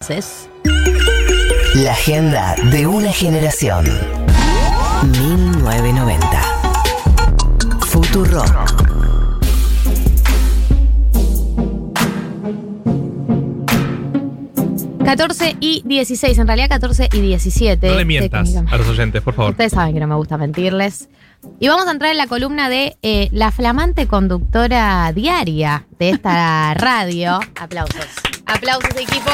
La agenda de una generación. 1990. Futurock. (14:16), en realidad 14:17. No le mientas a los oyentes, por favor. Ustedes saben que no me gusta mentirles. Y vamos a entrar en la columna de la flamante conductora diaria de esta radio. Aplausos. Aplausos, equipo.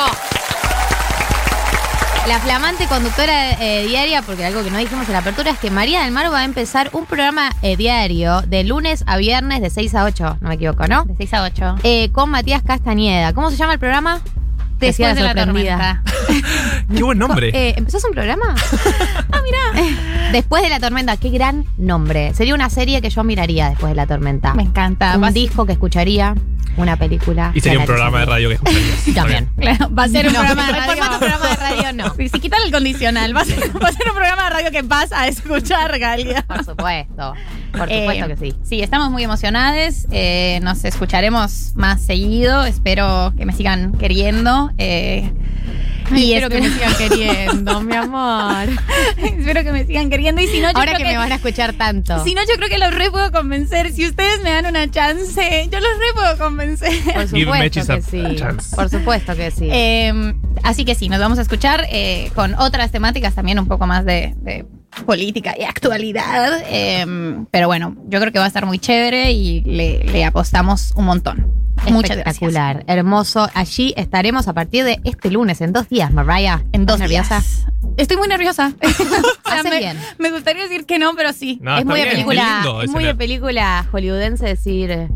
La flamante conductora diaria, porque algo que no dijimos en la apertura es que María del Mar va a empezar un programa diario de lunes a viernes de 6 a 8, no me equivoco, ¿no? De 6 a 8. Con Matías Castañeda. ¿Cómo se llama el programa? Después de la tormenta. ¡Qué buen nombre! ¿Empezás un programa? Ah, mirá. Después de la tormenta, qué gran nombre. Sería una serie que yo miraría después de la tormenta. Me encanta. Un disco que escucharía, una película. Y sería un programa de radio que escucharías. También. Claro, va a ser un programa de radio. El formato programa de radio no. Si quitan el condicional, va a ser un programa de radio que vas a escuchar, Galia. Por supuesto. Por supuesto que sí. Sí, estamos muy emocionadas. Nos escucharemos más seguido. Espero que me sigan queriendo. Y espero que me sigan queriendo, mi amor. Espero que me sigan queriendo. Y si no, yo ahora creo que me van a escuchar tanto. Si no, yo creo que los re puedo convencer. Si ustedes me dan una chance, yo los re puedo convencer. Por supuesto que sí. Por supuesto que sí. Así que sí, nos vamos a escuchar con otras temáticas también un poco más de política y actualidad. Pero bueno, yo creo que va a estar muy chévere y le apostamos un montón. Muchas gracias. Espectacular, hermoso. Allí estaremos a partir de este lunes, en 2 días, Mariah. En 2 días. ¿Nerviosa? Estoy muy nerviosa. Haces bien. Me gustaría decir que no, pero sí. No, es muy bien, de película, lindo, es muy de película hollywoodense decir,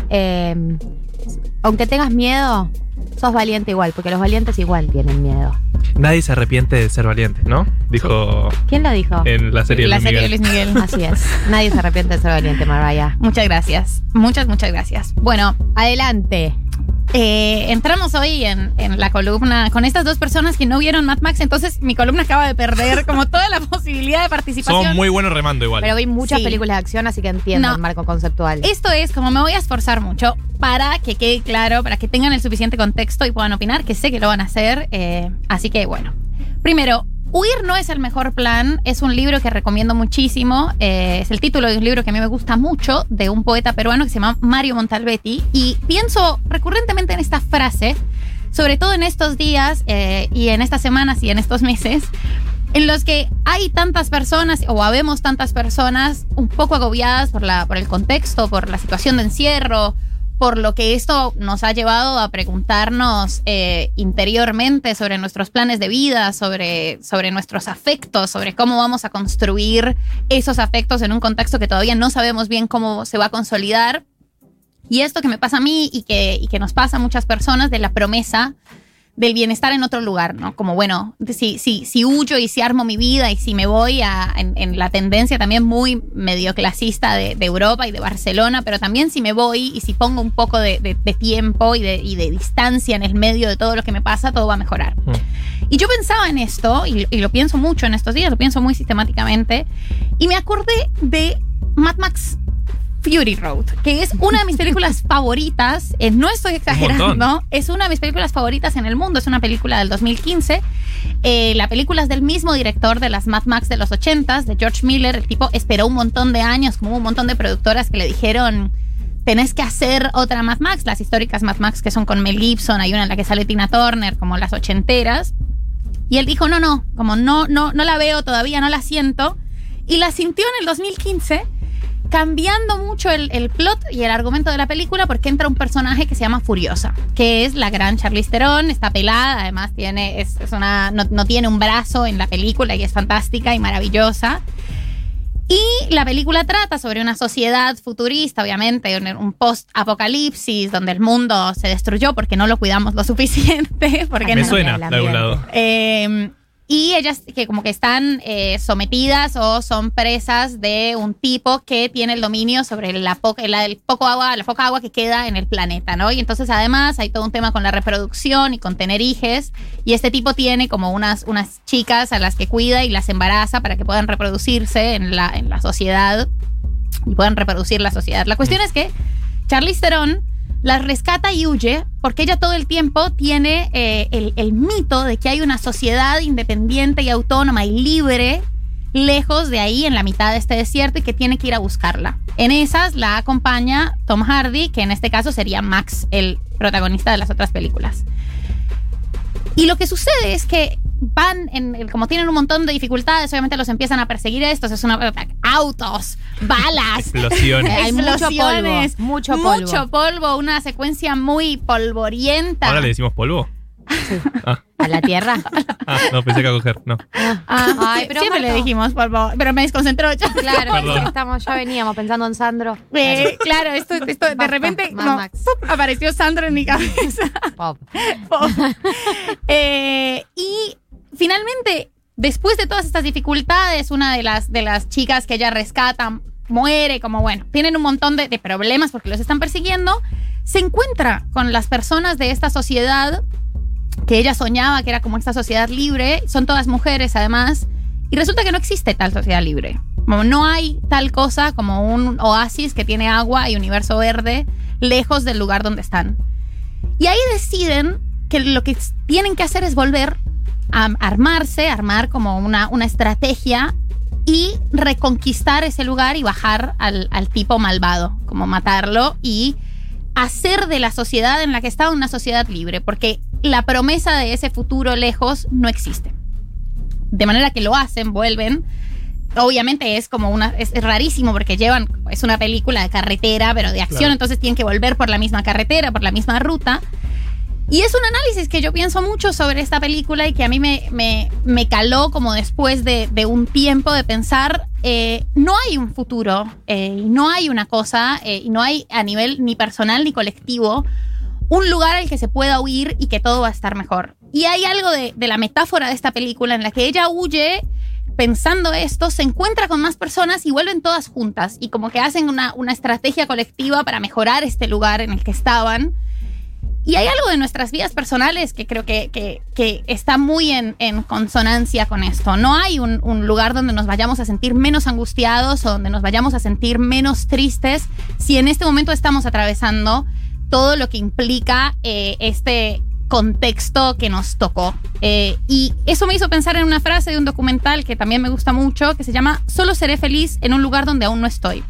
aunque tengas miedo, sos valiente igual, porque los valientes igual tienen miedo. Nadie se arrepiente de ser valiente, ¿no? Dijo. ¿Quién lo dijo? En la serie de Luis Miguel. Así es. Nadie se arrepiente de ser valiente, Mariah. Muchas gracias. Muchas gracias. Bueno, adelante. Entramos hoy en la columna con estas dos personas que no vieron Mad Max, entonces mi columna acaba de perder como toda la posibilidad de participación. Son muy buenos remando igual. Pero vi muchas películas de acción, así que entiendo el marco conceptual. Esto es como me voy a esforzar mucho para que quede claro, para que tengan el suficiente contexto y puedan opinar, que sé que lo van a hacer. Así que bueno, primero, Huir no es el mejor plan, es un libro que recomiendo muchísimo, es el título de un libro que a mí me gusta mucho, de un poeta peruano que se llama Mario Montalbetti, y pienso recurrentemente en esta frase, sobre todo en estos días y en estas semanas y en estos meses, en los que hay tantas personas, o habemos tantas personas un poco agobiadas por el contexto, por la situación de encierro, por lo que esto nos ha llevado a preguntarnos interiormente sobre nuestros planes de vida, sobre nuestros afectos, sobre cómo vamos a construir esos afectos en un contexto que todavía no sabemos bien cómo se va a consolidar. Y esto que me pasa a mí y que nos pasa a muchas personas de la promesa del bienestar en otro lugar, ¿no? Como, bueno, si huyo y si armo mi vida y si me voy en la tendencia también muy medioclasista de Europa y de Barcelona, pero también si me voy y si pongo un poco de tiempo y de distancia en el medio de todo lo que me pasa, todo va a mejorar. Y yo pensaba en esto, y lo pienso mucho en estos días, lo pienso muy sistemáticamente, y me acordé de Mad Max Fury Road, que es una de mis películas favoritas, no estoy exagerando, es una de mis películas favoritas en el mundo, es una película del 2015, la película es del mismo director de las Mad Max de los 80s, de George Miller. El tipo esperó un montón de años, como un montón de productoras que le dijeron, tenés que hacer otra Mad Max, las históricas Mad Max que son con Mel Gibson, hay una en la que sale Tina Turner, como las ochenteras, y él dijo, no la veo todavía, no la siento, y la sintió en el 2015, cambiando mucho el plot y el argumento de la película, porque entra un personaje que se llama Furiosa, que es la gran Charlize Theron, está pelada, además no tiene un brazo en la película y es fantástica y maravillosa. Y la película trata sobre una sociedad futurista, obviamente, un post-apocalipsis donde el mundo se destruyó porque no lo cuidamos lo suficiente. Porque me suena de algún lado. Y ellas que como que están sometidas o son presas de un tipo que tiene el dominio sobre la poca agua que queda en el planeta, ¿no? Y entonces además hay todo un tema con la reproducción y con tener hijes. Y este tipo tiene como unas chicas a las que cuida y las embaraza para que puedan reproducirse en la sociedad y puedan reproducir la sociedad. La cuestión es que Charlize Theron las rescata y huye porque ella todo el tiempo tiene el mito de que hay una sociedad independiente y autónoma y libre lejos de ahí, en la mitad de este desierto, y que tiene que ir a buscarla. En esas la acompaña Tom Hardy, que en este caso sería Max, el protagonista de las otras películas. Y lo que sucede es que como tienen un montón de dificultades, obviamente los empiezan a perseguir estos, autos, balas, explosiones. Hay mucho polvo, una secuencia muy polvorienta. ¿Ahora le decimos polvo? Sí. ¿A la tierra? No, pensé que a coger, no. Ay, pero siempre Marto, le dijimos polvo, pero me desconcentró ya. Claro, ya veníamos pensando en Sandro. Claro, esto de repente apareció Sandro en mi cabeza. Pop. Y finalmente, después de todas estas dificultades, una de las chicas que ella rescata muere, tienen un montón de problemas porque los están persiguiendo. Se encuentra con las personas de esta sociedad que ella soñaba que era como esta sociedad libre. Son todas mujeres, además. Y resulta que no existe tal sociedad libre. No hay tal cosa como un oasis que tiene agua y universo verde lejos del lugar donde están. Y ahí deciden que lo que tienen que hacer es volver a armar como una estrategia y reconquistar ese lugar y bajar al tipo malvado, como matarlo y hacer de la sociedad en la que estaba una sociedad libre, porque la promesa de ese futuro lejos no existe. De manera que lo hacen, vuelven. Obviamente es rarísimo porque es una película de carretera, pero de acción, claro. Entonces tienen que volver por la misma carretera, por la misma ruta. Y es un análisis que yo pienso mucho sobre esta película y que a mí me caló como después de un tiempo de pensar, no hay un futuro, no hay una cosa, y no hay a nivel ni personal ni colectivo un lugar al que se pueda huir y que todo va a estar mejor. Y hay algo de la metáfora de esta película en la que ella huye pensando esto, se encuentra con más personas y vuelven todas juntas y como que hacen una estrategia colectiva para mejorar este lugar en el que estaban. Y hay algo de nuestras vidas personales que creo que está muy en consonancia con esto. No hay un lugar donde nos vayamos a sentir menos angustiados o donde nos vayamos a sentir menos tristes si en este momento estamos atravesando todo lo que implica este contexto que nos tocó. Y eso me hizo pensar en una frase de un documental que también me gusta mucho, que se llama "Solo seré feliz en un lugar donde aún no estoy".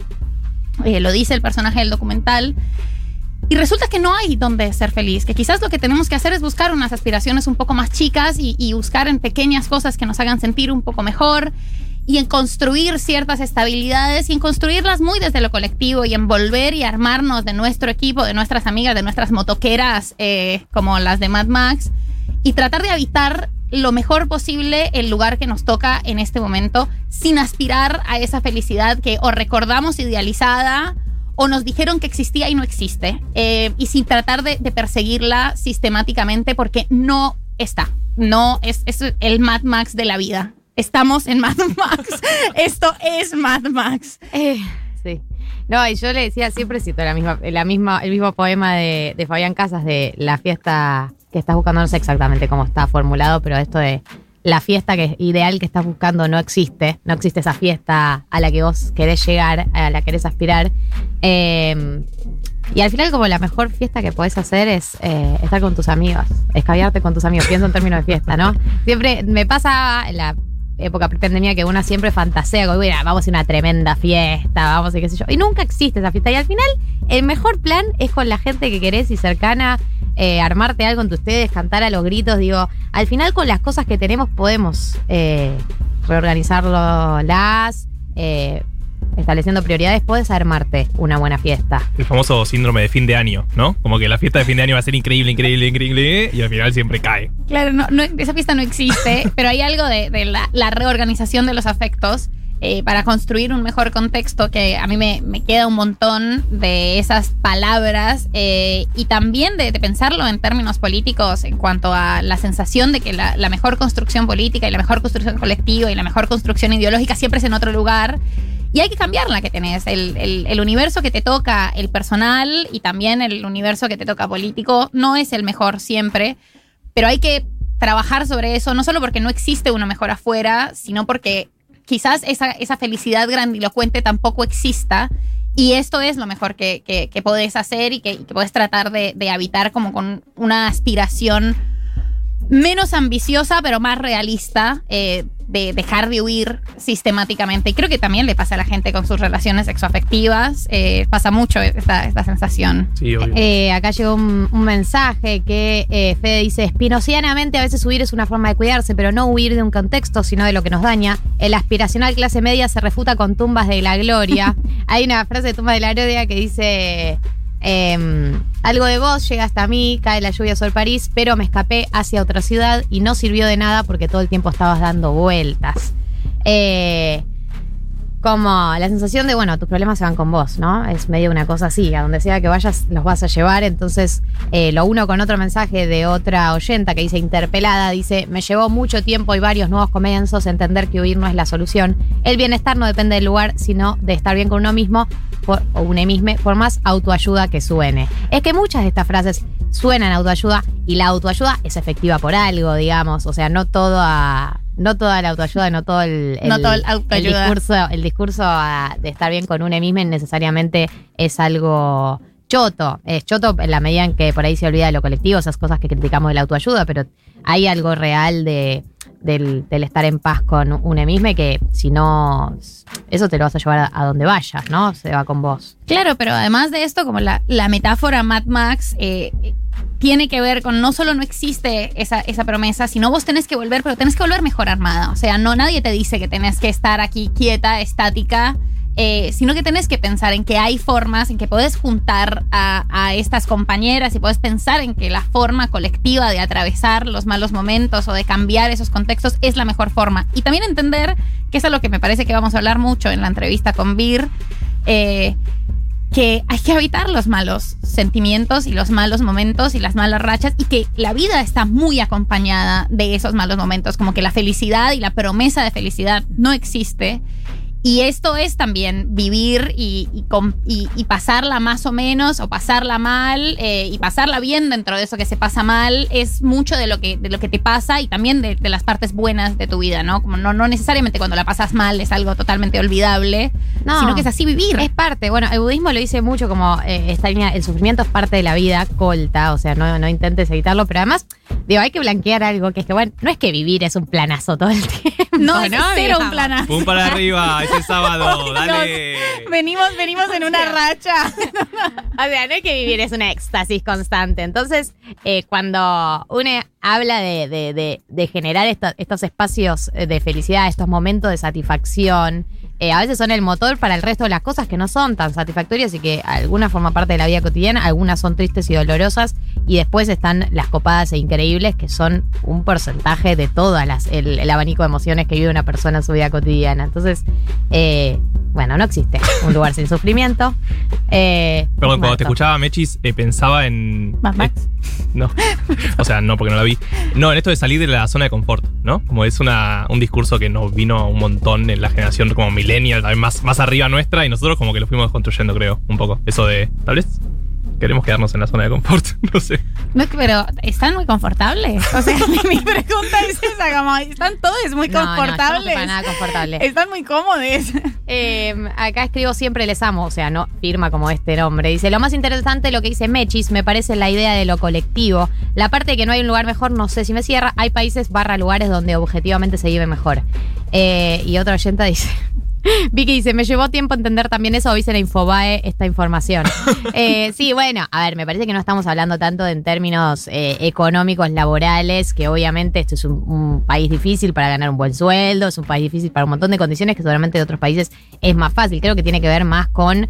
Lo dice el personaje del documental. Y resulta que no hay donde ser feliz, que quizás lo que tenemos que hacer es buscar unas aspiraciones un poco más chicas y buscar en pequeñas cosas que nos hagan sentir un poco mejor y en construir ciertas estabilidades y en construirlas muy desde lo colectivo y en volver y armarnos de nuestro equipo, de nuestras amigas, de nuestras motoqueras como las de Mad Max y tratar de habitar lo mejor posible el lugar que nos toca en este momento sin aspirar a esa felicidad que o recordamos idealizada o nos dijeron que existía y no existe, y sin tratar de perseguirla sistemáticamente porque no está. No es el Mad Max de la vida. Estamos en Mad Max. Esto es Mad Max. Sí. No, y yo le decía, siempre cito el mismo poema de Fabián Casas de la fiesta que estás buscando, no sé exactamente cómo está formulado, pero esto de la fiesta ideal que estás buscando no existe esa fiesta a la que vos querés llegar, a la que querés aspirar. Y al final como la mejor fiesta que podés hacer es estar con tus amigos, escabiarte con tus amigos, pienso en términos de fiesta, ¿no? Siempre me pasa en la época pre-pandemia que una siempre fantasea como, mira, vamos a una tremenda fiesta, vamos a qué sé yo, y nunca existe esa fiesta. Y al final el mejor plan es con la gente que querés y cercana, armarte algo entre ustedes, cantar a los gritos. Digo, al final con las cosas que tenemos podemos reorganizarlas, estableciendo prioridades, puedes armarte una buena fiesta. El famoso síndrome de fin de año, ¿no? Como que la fiesta de fin de año va a ser increíble, y al final siempre cae. Claro, no, esa fiesta no existe, pero hay algo de la reorganización de los afectos para construir un mejor contexto que a mí me queda un montón de esas palabras y también de pensarlo en términos políticos en cuanto a la sensación de que la mejor construcción política y la mejor construcción colectiva y la mejor construcción ideológica siempre es en otro lugar. Y hay que cambiar la que tenés, el universo que te toca, el personal y también el universo que te toca político, no es el mejor siempre, pero hay que trabajar sobre eso, no solo porque no existe uno mejor afuera, sino porque quizás esa felicidad grandilocuente tampoco exista Y esto es lo mejor que podés hacer y que podés tratar de habitar como con una aspiración menos ambiciosa, pero más realista, de dejar de huir sistemáticamente. Y creo que también le pasa a la gente con sus relaciones sexoafectivas. Pasa mucho esta sensación. Sí, obvio. Acá llegó un mensaje que Fede dice: espinocianamente a veces huir es una forma de cuidarse, pero no huir de un contexto, sino de lo que nos daña. El aspiracional clase media se refuta con tumbas de la gloria. Hay una frase de tumbas de la gloria que dice: algo de vos llega hasta mí, cae la lluvia sobre París, pero me escapé hacia otra ciudad y no sirvió de nada porque todo el tiempo estabas dando vueltas. Como la sensación de, bueno, tus problemas se van con vos, ¿no? Es medio una cosa así, a donde sea que vayas los vas a llevar. Entonces, lo uno con otro mensaje de otra oyenta que dice interpelada, dice: me llevó mucho tiempo y varios nuevos comienzos entender que huir no es la solución. El bienestar no depende del lugar, sino de estar bien con uno mismo o uno mismo, por más autoayuda que suene. Es que muchas de estas frases suenan suenan autoayuda y la autoayuda es efectiva por algo, digamos. O sea, no toda la autoayuda, no todo el discurso de estar bien con uno mismo necesariamente es algo choto. Es choto en la medida en que por ahí se olvida de lo colectivo, esas cosas que criticamos de la autoayuda, pero hay algo real del estar en paz con uno mismo y que si no, eso te lo vas a llevar a donde vayas, ¿no? Se va con vos. Claro, pero además de esto, como la metáfora Mad Max tiene que ver con no solo no existe esa promesa, sino vos tenés que volver, pero tenés que volver mejor armada. O sea, no nadie te dice que tenés que estar aquí quieta, estática, sino que tenés que pensar en que hay formas, en que podés juntar a estas compañeras y podés pensar en que la forma colectiva de atravesar los malos momentos o de cambiar esos contextos es la mejor forma. Y también entender, que es algo que me parece que vamos a hablar mucho en la entrevista con Vir, que hay que evitar los malos sentimientos y los malos momentos y las malas rachas, y que la vida está muy acompañada de esos malos momentos, como que la felicidad y la promesa de felicidad no existe. Y esto es también vivir y pasarla más o menos, o pasarla mal, y pasarla bien dentro de eso que se pasa mal. Es mucho de lo que te pasa y también de las partes buenas de tu vida, ¿no? Como no necesariamente cuando la pasas mal es algo totalmente olvidable, sino que es así vivir. Es parte. Bueno, el budismo lo dice mucho como esta línea: el sufrimiento es parte de la vida, colta, o sea, no intentes evitarlo, pero además, digo, hay que blanquear algo, que es que, bueno, no es que vivir es un planazo todo el tiempo. No, es cero un planazo. Pum para arriba, ese sábado, dale. Venimos en una racha. O sea, no es que vivir es una éxtasis constante. Entonces, cuando uno habla de generar estos espacios de felicidad, estos momentos de satisfacción, a veces son el motor para el resto de las cosas que no son tan satisfactorias y que algunas forman parte de la vida cotidiana, algunas son tristes y dolorosas, y después están las copadas e increíbles, que son un porcentaje de todas el abanico de emociones que vive una persona en su vida cotidiana. Entonces, bueno, no existe un lugar sin sufrimiento. Perdón, cuando te escuchaba, Mechis, pensaba en... ¿Mad Max? No, o sea, no, porque no la vi. No, en esto de salir de la zona de confort, ¿no? Como es un discurso que nos vino un montón en la generación como millennial, también más arriba nuestra, y nosotros como que lo fuimos construyendo, creo, un poco. Eso de, tal vez queremos quedarnos en la zona de confort, no sé. No, pero ¿están muy confortables? O sea, mi pregunta es esa, como, ¿están todos muy confortables? No, para nada confortables. ¿Están muy cómodos? Acá escribo siempre les amo, o sea, no firma como este nombre. Dice: lo más interesante de lo que dice Mechis me parece la idea de lo colectivo. La parte de que no hay un lugar mejor, no sé si me cierra. Hay países / lugares donde objetivamente se vive mejor. Y otra oyenta dice... Vicky dice: me llevó tiempo entender también eso, hoy se la Infobae esta información. Sí, bueno, a ver, me parece que no estamos hablando tanto en términos económicos, laborales, que obviamente esto es un país difícil para ganar un buen sueldo, es un país difícil para un montón de condiciones que seguramente de otros países es más fácil. Creo que tiene que ver más con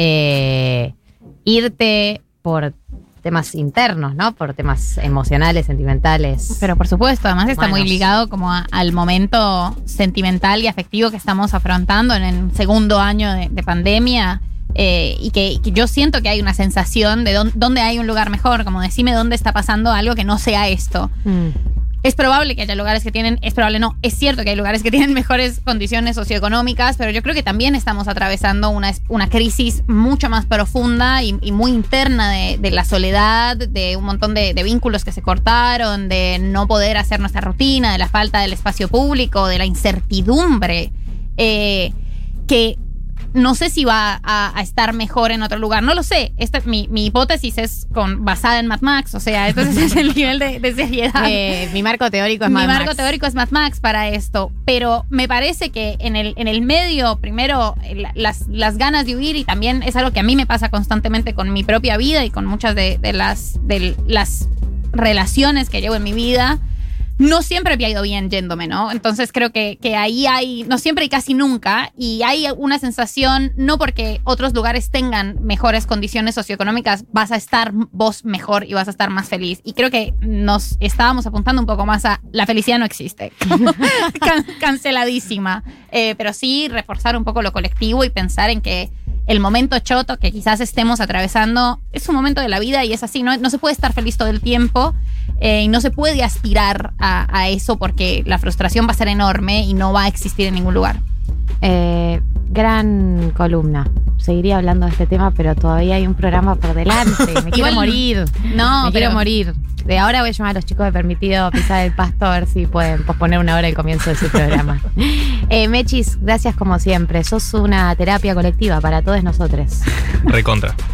irte por temas internos, ¿no? Por temas emocionales, sentimentales. Pero por supuesto, además está muy ligado como al momento sentimental y afectivo que estamos afrontando en el segundo año de pandemia, y que yo siento que hay una sensación de dónde hay un lugar mejor, como decime dónde está pasando algo que no sea esto. Es probable que haya lugares que tienen, es cierto que hay lugares que tienen mejores condiciones socioeconómicas, pero yo creo que también estamos atravesando una crisis mucho más profunda y muy interna de la soledad, de un montón de vínculos que se cortaron, de no poder hacer nuestra rutina, de la falta del espacio público, de la incertidumbre, que no sé si va a estar mejor en otro lugar. No lo sé. Mi hipótesis es basada en Mad Max. O sea, entonces es el nivel de seriedad. Mi marco teórico es Mad Max. Mi marco teórico es Mad Max para esto. Pero me parece que en el medio, primero, las ganas de huir, y también es algo que a mí me pasa constantemente con mi propia vida y con muchas de las relaciones que llevo en mi vida. No siempre me ha ido bien yéndome, ¿no? Entonces creo que ahí hay, no siempre y casi nunca, y hay una sensación, no porque otros lugares tengan mejores condiciones socioeconómicas, vas a estar vos mejor y vas a estar más feliz. Y creo que nos estábamos apuntando un poco más a la felicidad no existe. Canceladísima. Pero sí reforzar un poco lo colectivo y pensar en que el momento choto que quizás estemos atravesando es un momento de la vida y es así, no se puede estar feliz todo el tiempo. Y no se puede aspirar a eso porque la frustración va a ser enorme y no va a existir en ningún lugar. Gran columna. Seguiría hablando de este tema, pero todavía hay un programa por delante. Me quiero morir. No, quiero morir. De ahora voy a llamar a los chicos de Permitido Pisar el Pasto a ver si pueden posponer una hora el comienzo de su programa. Mechis, gracias como siempre. Sos una terapia colectiva para todos nosotros. Recontra.